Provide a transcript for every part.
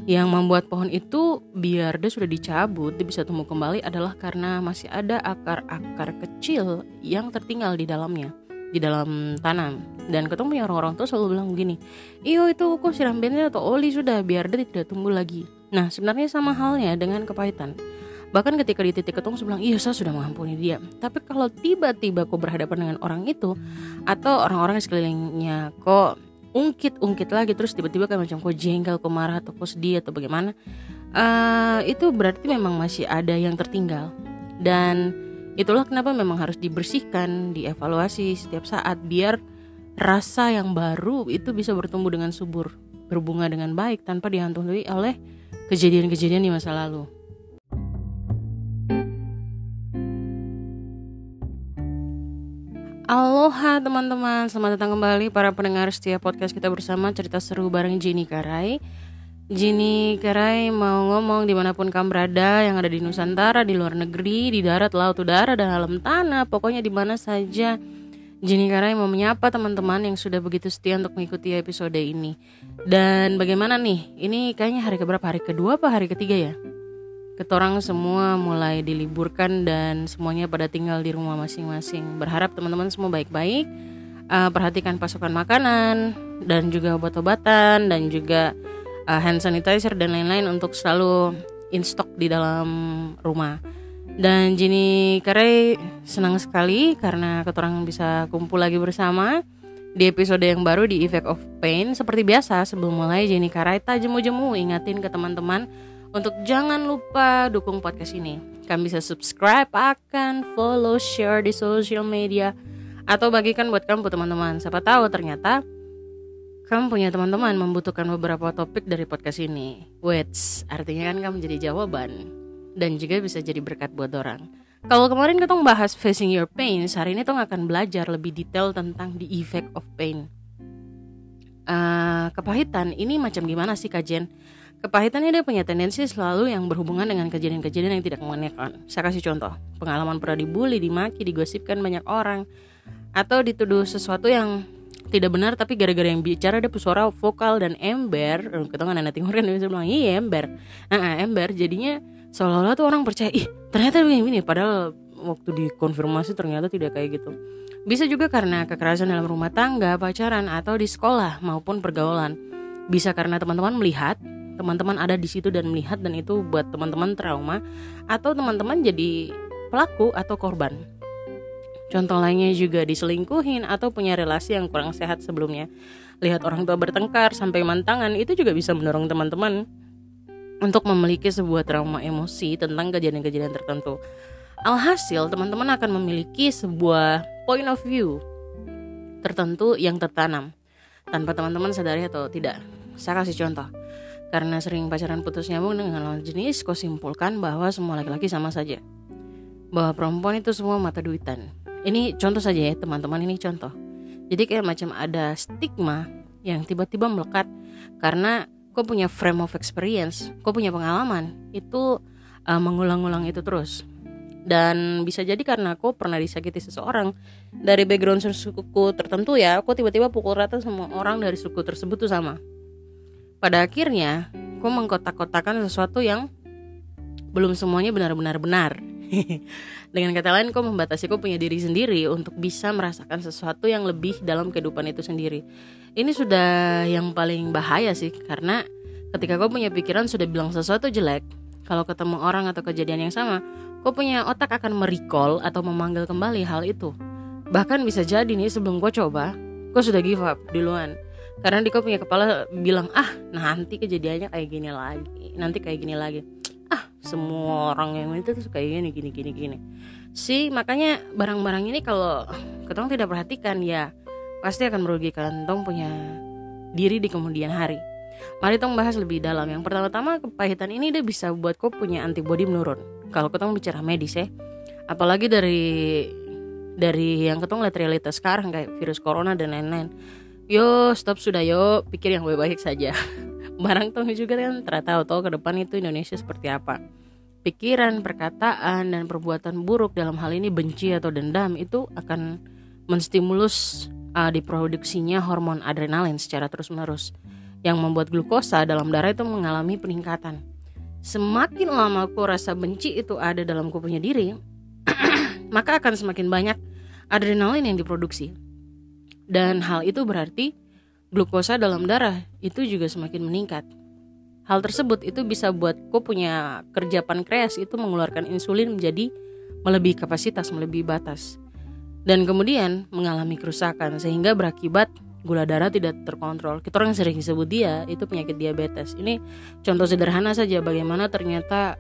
Yang membuat pohon itu biar dia sudah dicabut, dia bisa tumbuh kembali adalah karena masih ada akar-akar kecil yang tertinggal di dalamnya, di dalam tanam. Dan ketemu punya orang-orang tuh selalu bilang begini, iyo itu kok siram bensin atau oli sudah biar dia tidak tumbuh lagi. Nah sebenarnya sama halnya dengan kepahitan. Bahkan ketika di titik ketemu bilang, iya saya sudah mengampuni dia. Tapi kalau tiba-tiba kok berhadapan dengan orang itu, atau orang-orang di sekelilingnya kok ungkit lagi, terus tiba-tiba kayak macam kok jengkel, kok marah, atau kok sedih atau bagaimana, itu berarti memang masih ada yang tertinggal. Dan itulah kenapa memang harus dibersihkan, dievaluasi setiap saat biar rasa yang baru itu bisa bertumbuh dengan subur, berbunga dengan baik tanpa dihantui oleh kejadian-kejadian di masa lalu. Aloha teman-teman, selamat datang kembali para pendengar setia podcast kita bersama cerita seru bareng Jenny Karai. Jenny Karai mau ngomong dimanapun kamu berada, yang ada di Nusantara, di luar negeri, di darat, laut, udara, dan alam tanah, pokoknya di mana saja. Jenny Karai mau menyapa teman-teman yang sudah begitu setia untuk mengikuti episode ini. Dan bagaimana nih, ini kayaknya hari keberapa, hari kedua apa hari ketiga ya? Ketorang semua mulai diliburkan dan semuanya pada tinggal di rumah masing-masing. Berharap teman-teman semua baik-baik, perhatikan pasokan makanan dan juga obat-obatan dan juga hand sanitizer dan lain-lain untuk selalu in stock di dalam rumah. Dan Jenny Karai senang sekali karena ketorang bisa kumpul lagi bersama di episode yang baru di Effect of Pain. Seperti biasa sebelum mulai, Jenny Karai tak jemu-jemu ingatin ke teman-teman untuk jangan lupa dukung podcast ini. Kamu bisa subscribe, follow, share di social media, atau bagikan buat kamu teman-teman. Siapa tahu ternyata kamu punya teman-teman membutuhkan beberapa topik dari podcast ini. Artinya kan kamu jadi jawaban dan juga bisa jadi berkat buat orang. Kalau kemarin kita bahas facing your pains, hari ini kita akan belajar lebih detail tentang the effect of pain. Kepahitan ini macam gimana sih Kak Jen? Kepahitan ini dia punya tendensi selalu yang berhubungan dengan kejadian-kejadian yang tidak mengenakan. Saya kasih contoh, pengalaman pernah dibully, dimaki, digosipkan banyak orang, atau dituduh sesuatu yang tidak benar tapi gara-gara yang bicara dia suara vokal dan ember. Kita kan anak timur kan bisa bilang iya ember. Ember jadinya seolah-olah tuh orang percaya, ternyata begini, padahal waktu dikonfirmasi ternyata tidak kayak gitu. Bisa juga karena kekerasan dalam rumah tangga, pacaran, atau di sekolah maupun pergaulan. Bisa karena teman-teman melihat, teman-teman ada di situ dan melihat, dan itu buat teman-teman trauma, atau teman-teman jadi pelaku atau korban. Contoh lainnya juga diselingkuhin atau punya relasi yang kurang sehat sebelumnya. Lihat orang tua bertengkar sampai mantangan, itu juga bisa mendorong teman-teman untuk memiliki sebuah trauma emosi tentang kejadian-kejadian tertentu. Alhasil teman-teman akan memiliki sebuah point of view tertentu yang tertanam tanpa teman-teman sadari atau tidak. Saya kasih contoh. Karena sering pacaran putus nyambung dengan lawan jenis, kau simpulkan bahwa semua laki-laki sama saja, bahwa perempuan itu semua mata duitan. Ini contoh saja ya teman-teman, ini contoh. Jadi kayak macam ada stigma yang tiba-tiba melekat karena kau punya frame of experience, kau punya pengalaman itu mengulang-ulang itu terus. Dan bisa jadi karena kau pernah disakiti seseorang dari background suku tertentu ya, kau tiba-tiba pukul rata sama orang dari suku tersebut tuh sama. Pada akhirnya, kau mengkotak-kotakan sesuatu yang belum semuanya benar-benar benar. Dengan kata lain, kau membatasi kau punya diri sendiri untuk bisa merasakan sesuatu yang lebih dalam kehidupan itu sendiri. Ini sudah yang paling bahaya sih, karena ketika kau punya pikiran sudah bilang sesuatu jelek, kalau ketemu orang atau kejadian yang sama, kau punya otak akan merecall atau memanggil kembali hal itu. Bahkan bisa jadi nih sebelum kau coba, kau sudah give up duluan. Karena kau punya kepala bilang, nanti kejadiannya kayak gini lagi, nanti kayak gini lagi. Semua orang yang itu tuh kayak gini. Makanya barang-barang ini kalau ketong tidak perhatikan ya pasti akan merugikan tong punya diri di kemudian hari. Mari tong bahas lebih dalam. Yang pertama-tama, kepahitan ini dia bisa buat kau punya antibody menurun. Kalau ketong bicara medis ya, apalagi dari yang ketong lihat realitas sekarang kayak virus corona dan lain-lain. Yo stop sudah, yo pikir yang baik-baik saja. Barang tong juga kan tahu ke depan itu Indonesia seperti apa. Pikiran, perkataan, dan perbuatan buruk dalam hal ini benci atau dendam itu akan menstimulus diproduksinya hormon adrenalin secara terus-menerus. yang membuat glukosa dalam darah itu mengalami peningkatan. Semakin lama kau rasa benci itu ada dalam kau punya diri, maka akan semakin banyak adrenalin yang diproduksi. Dan hal itu berarti glukosa dalam darah itu juga semakin meningkat. Hal tersebut itu bisa buat kau punya kerja pankreas itu mengeluarkan insulin menjadi melebihi kapasitas, melebihi batas. Dan kemudian mengalami kerusakan sehingga berakibat gula darah tidak terkontrol. Kita orang sering sebut dia itu penyakit diabetes. Ini contoh sederhana saja bagaimana ternyata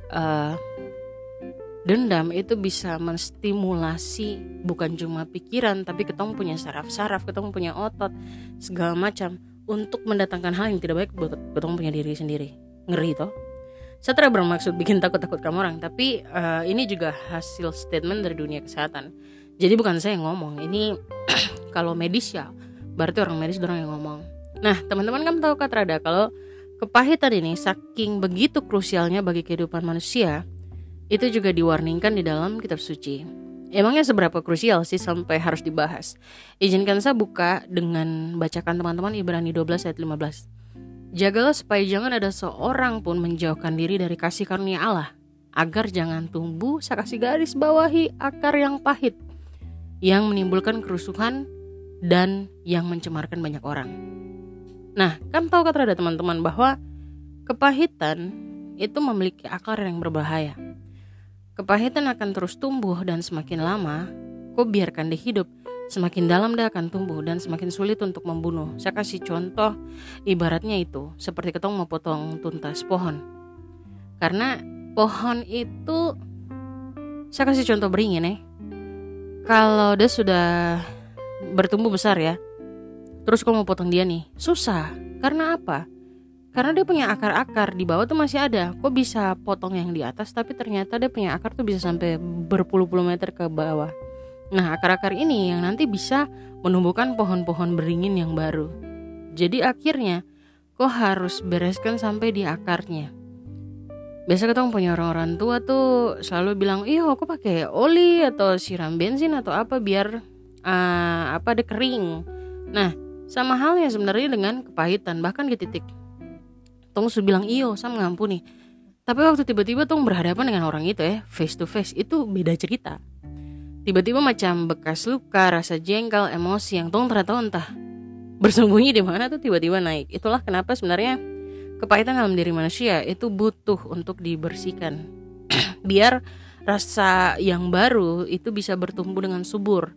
dendam itu bisa menstimulasi bukan cuma pikiran, tapi kita punya saraf-saraf, kita punya otot, segala macam untuk mendatangkan hal yang tidak baik buat kita punya diri sendiri. Ngeri toh. Saya tidak bermaksud bikin takut-takut kamu orang, tapi ini juga hasil statement dari dunia kesehatan. Jadi bukan saya yang ngomong, ini kalau medis ya berarti orang medis orang yang ngomong. Nah teman-teman kan tahu kata Rada kalau kepahitan ini saking begitu krusialnya bagi kehidupan manusia, itu juga diwarningkan di dalam kitab suci. Emangnya seberapa krusial sih sampai harus dibahas? Izinkan saya buka dengan bacakan teman-teman Ibrani 12 ayat 15. Jagalah supaya jangan ada seorang pun menjauhkan diri dari kasih karunia Allah, agar jangan tumbuh, saya kasih garis bawahi, akar yang pahit, yang menimbulkan kerusuhan dan yang mencemarkan banyak orang. Nah, kan tahu kata ada teman-teman bahwa kepahitan itu memiliki akar yang berbahaya. Kepahitan akan terus tumbuh dan semakin lama kau biarkan dia hidup, semakin dalam dia akan tumbuh dan semakin sulit untuk membunuh. Saya kasih contoh ibaratnya itu seperti kita mau potong tuntas pohon. Karena pohon itu, saya kasih contoh beringin kalau dia sudah bertumbuh besar ya, terus kau mau potong dia nih, susah. Karena apa? Karena dia punya akar-akar di bawah tuh masih ada. Kok bisa potong yang di atas, tapi ternyata dia punya akar tuh bisa sampai berpuluh-puluh meter ke bawah. Nah akar-akar ini yang nanti bisa menumbuhkan pohon-pohon beringin yang baru. Jadi akhirnya kok harus bereskan sampai di akarnya. Biasa kita punya orang-orang tua tuh selalu bilang, iya aku pakai oli atau siram bensin atau apa biar ada kering. Nah sama halnya sebenarnya dengan kepahitan. Bahkan di titik Tong sudah bilang iyo saya mengampuni, tapi waktu tiba-tiba Tong berhadapan dengan orang itu face to face, itu beda cerita. Tiba-tiba macam bekas luka, rasa jengkel, emosi yang Tong ternyata entah bersembunyi di mana tuh tiba-tiba naik. Itulah kenapa sebenarnya kepahitan dalam diri manusia itu butuh untuk dibersihkan biar rasa yang baru itu bisa bertumbuh dengan subur,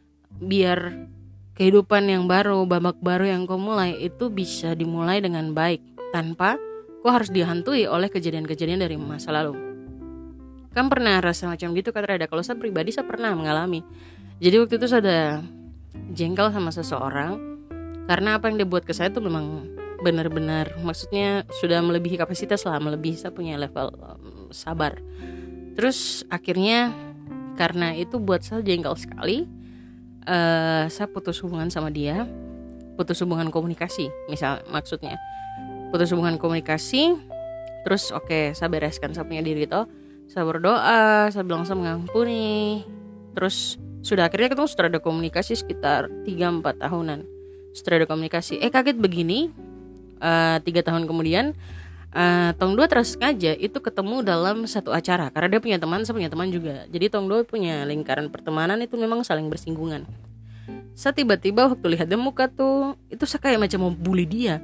biar kehidupan yang baru, babak baru yang kau mulai itu bisa dimulai dengan baik tanpa kau harus dihantui oleh kejadian-kejadian dari masa lalu. Kan pernah rasa macam gitu kata Rada? Kalau saya pribadi saya pernah mengalami. Jadi waktu itu saya ada jengkel sama seseorang karena apa yang dia buat ke saya itu memang benar-benar, maksudnya sudah melebihi kapasitas lah, melebihi saya punya level sabar. Terus akhirnya karena itu buat saya jengkel sekali, saya putus hubungan sama dia, putus hubungan komunikasi, misal maksudnya putus hubungan komunikasi. Terus oke, saya bereskan saya punya diri toh, saya berdoa, saya bilang saya mengampuni. Terus sudah akhirnya kita sudah ada komunikasi sekitar 3-4 tahunan. Sudah ada komunikasi, kaget begini, 3 tahun kemudian Tong Dua terus sengaja itu ketemu dalam satu acara. Karena dia punya teman, saya punya teman juga. Jadi Tong Dua punya lingkaran pertemanan itu memang saling bersinggungan. Saya tiba-tiba waktu lihat dia muka tuh, itu saya kayak macam mau bully dia.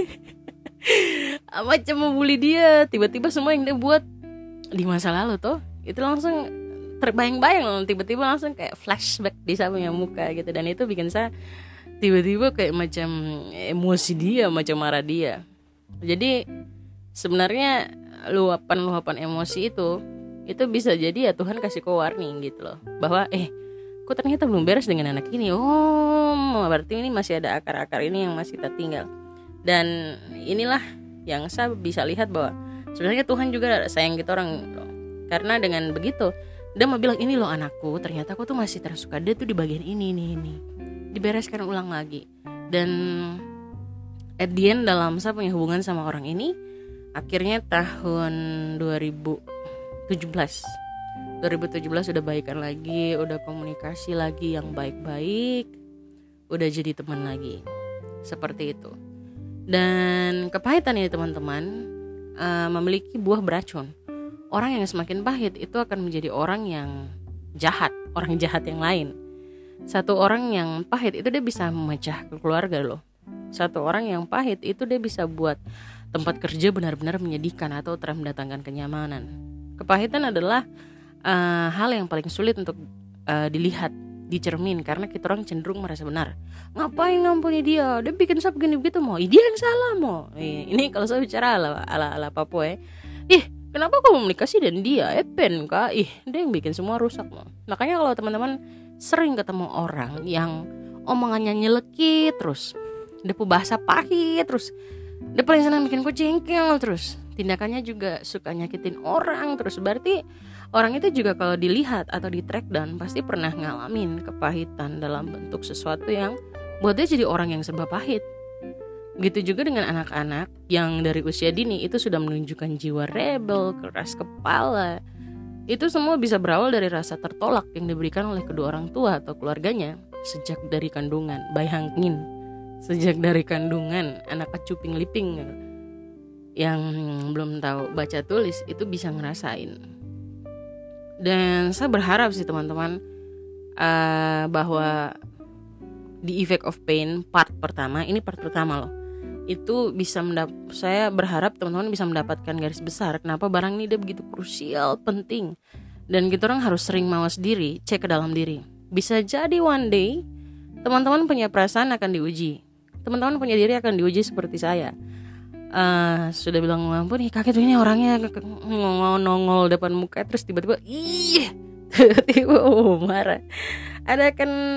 Macam mau bully dia. Tiba-tiba semua yang dia buat di masa lalu tuh itu langsung terbayang-bayang, tiba-tiba langsung kayak flashback di saya punya muka gitu. Dan itu bikin saya tiba-tiba kayak macam emosi dia, macam marah dia. Jadi sebenarnya luapan emosi itu bisa jadi ya Tuhan kasih kau warning gitu loh, bahwa kok ternyata belum beres dengan anak ini. Berarti ini masih ada akar-akar ini yang masih tertinggal. Dan inilah yang saya bisa lihat bahwa sebenarnya Tuhan juga sayang kita orang, karena dengan begitu dia mau bilang, ini loh anakku, ternyata aku tuh masih tersuka dia tuh di bagian ini, dibereskan ulang lagi. Dan at the end dalam saya punya hubungan sama orang ini, akhirnya tahun 2017 udah baikan lagi, udah komunikasi lagi yang baik-baik, udah jadi teman lagi, seperti itu. Dan kepahitan ini teman-teman memiliki buah beracun. Orang yang semakin pahit itu akan menjadi orang yang jahat, orang jahat yang lain. Satu orang yang pahit itu dia bisa memecah keluarga loh. Satu orang yang pahit itu dia bisa buat tempat kerja benar-benar menyedihkan atau mendatangkan kenyamanan. Kepahitan adalah hal yang paling sulit untuk dilihat, dicermin, karena kita orang cenderung merasa benar. Ngapain ngampuni dia bikin sap gini begitu, mau dia yang salah mau. Ini kalau saya bicara ala Papua kenapa kau komunikasi dan dia pen kak, dia yang bikin semua rusak mau. Makanya kalau teman-teman sering ketemu orang yang omongannya nyelekit terus, dia bahasa pahit terus, dia paling senang bikin ku jengkel terus, tindakannya juga suka nyakitin orang terus, berarti orang itu juga kalau dilihat atau di track down pasti pernah ngalamin kepahitan dalam bentuk sesuatu yang buat dia jadi orang yang serba pahit. Begitu juga dengan anak-anak yang dari usia dini itu sudah menunjukkan jiwa rebel, keras kepala. Itu semua bisa berawal dari rasa tertolak yang diberikan oleh kedua orang tua atau keluarganya sejak dari kandungan. Bayangin, sejak dari kandungan anak kecuping liping yang belum tahu baca tulis itu bisa ngerasain. Dan saya berharap sih teman-teman bahwa The Effect of Pain part pertama, ini part pertama loh, itu bisa saya berharap teman-teman bisa mendapatkan garis besar kenapa barang ini dia begitu krusial, penting, dan kita orang harus sering mawas diri, cek ke dalam diri. Bisa jadi one day teman-teman punya perasaan akan diuji, teman-teman punya diri akan diuji seperti saya. Sudah bilang ampun kaget ini orangnya nongol depan muka terus tiba-tiba marah. Ada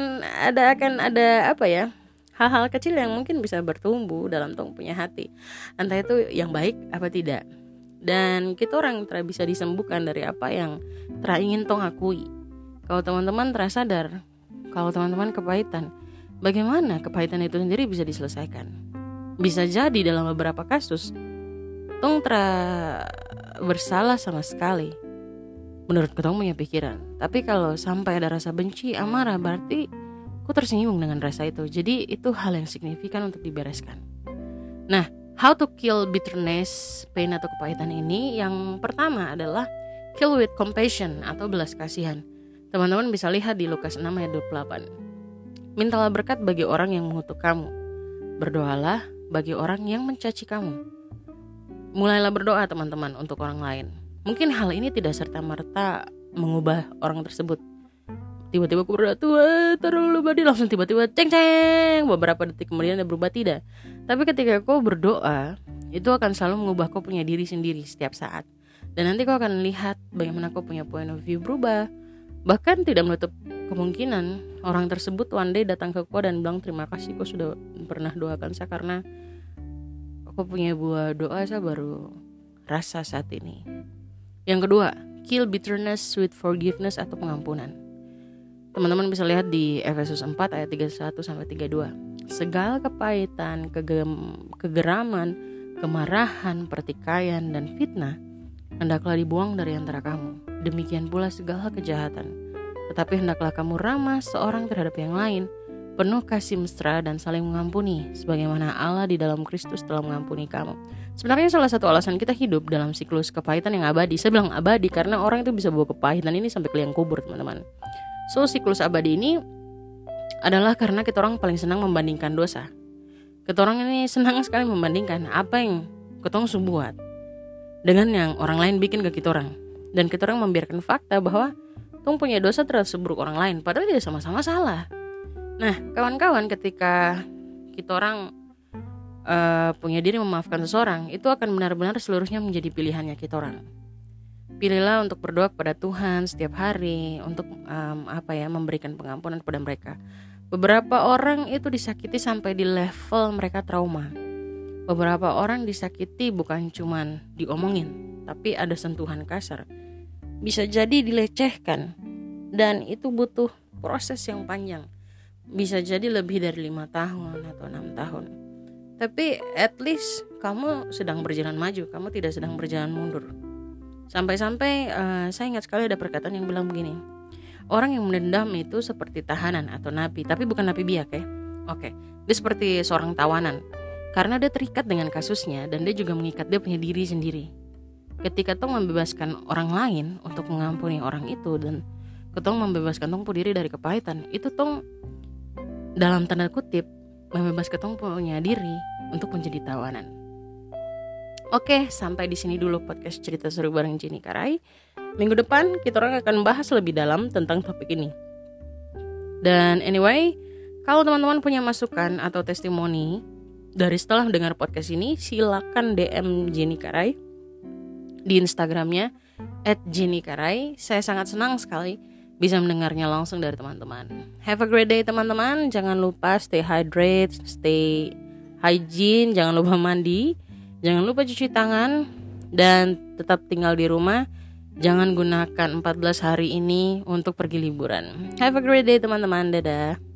apa ya, hal-hal kecil yang mungkin bisa bertumbuh dalam tong punya hati, entah itu yang baik apa tidak. Dan kita orang bisa disembuhkan dari apa yang ingin tong akui. Kalau teman-teman sadar kalau teman-teman kepahitan, bagaimana kepahitan itu sendiri bisa diselesaikan. Bisa jadi dalam beberapa kasus tong bersalah sama sekali menurut ketong punya pikiran, tapi kalau sampai ada rasa benci, amarah, berarti aku tersinggung dengan rasa itu. Jadi itu hal yang signifikan untuk dibereskan. Nah, how to kill bitterness, pain atau kepahitan ini, yang pertama adalah kill with compassion atau belas kasihan. Teman-teman bisa lihat di Lukas 6 ayat 28. Mintalah berkat bagi orang yang mengutuk kamu, berdoalah bagi orang yang mencaci kamu. Mulailah berdoa teman-teman untuk orang lain. Mungkin hal ini tidak serta-merta mengubah orang tersebut. Tiba-tiba aku berdoa, Tuhan taruh lu badi, langsung tiba-tiba ceng-ceng, beberapa detik kemudian dia berubah, tidak. Tapi ketika kau berdoa, itu akan selalu mengubah kau punya diri sendiri setiap saat. Dan nanti kau akan lihat bagaimana kau punya point of view berubah. Bahkan tidak menutup kemungkinan orang tersebut one day datang ke kau dan bilang, terima kasih kau sudah pernah doakan saya, karena aku punya buah doa saya baru rasa saat ini. Yang kedua, kill bitterness with forgiveness atau pengampunan. Teman-teman bisa lihat di Efesus 4 ayat 31-32. Segala kepahitan, kegeraman, kemarahan, pertikaian, dan fitnah hendaklah dibuang dari antara kamu. Demikian pula segala kejahatan. Tetapi hendaklah kamu ramah seorang terhadap yang lain, penuh kasih mesra dan saling mengampuni, sebagaimana Allah di dalam Kristus telah mengampuni kamu. Sebenarnya salah satu alasan kita hidup dalam siklus kepahitan yang abadi. Saya bilang abadi karena orang itu bisa bawa kepahitan ini sampai ke liang kubur, teman-teman. So siklus abadi ini adalah karena kita orang paling senang membandingkan dosa. Kita orang ini senang sekali membandingkan apa yang kita orang buat dengan yang orang lain bikin ke kita orang. Dan kita orang membiarkan fakta bahwa tong punya dosa terhadap seburuk orang lain, padahal dia sama-sama salah. Nah, kawan-kawan, ketika kita orang punya diri memaafkan seseorang, itu akan benar-benar seluruhnya menjadi pilihannya kita orang. Pilihlah untuk berdoa kepada Tuhan setiap hari untuk memberikan pengampunan kepada mereka. Beberapa orang itu disakiti sampai di level mereka trauma. Beberapa orang disakiti bukan cuman diomongin, tapi ada sentuhan kasar. Bisa jadi dilecehkan, dan itu butuh proses yang panjang. Bisa jadi lebih dari 5 tahun atau 6 tahun. Tapi at least kamu sedang berjalan maju, kamu tidak sedang berjalan mundur. Sampai-sampai saya ingat sekali ada perkataan yang bilang begini, orang yang mendendam itu seperti tahanan atau napi, tapi bukan napi biak ya. Oke, dia seperti seorang tawanan Karena dia terikat dengan kasusnya dan dia juga mengikat dia punya diri sendiri. Ketika tong membebaskan orang lain untuk mengampuni orang itu dan ketong membebaskan tong diri dari kepahitan, itu tong dalam tanda kutip membebaskan tong punya diri untuk menjadi tawanan. Oke, sampai di sini dulu podcast cerita seru bareng Jenny Karai. Minggu depan kita orang akan bahas lebih dalam tentang topik ini. Dan anyway, kalau teman-teman punya masukan atau testimoni dari setelah mendengar podcast ini, silakan DM Jenny Karai di Instagramnya @jennykarai. Saya sangat senang sekali bisa mendengarnya langsung dari teman-teman. Have a great day teman-teman. Jangan lupa stay hydrated, stay hygiene, jangan lupa mandi, jangan lupa cuci tangan, dan tetap tinggal di rumah. Jangan gunakan 14 hari ini untuk pergi liburan. Have a great day teman-teman. Dadah.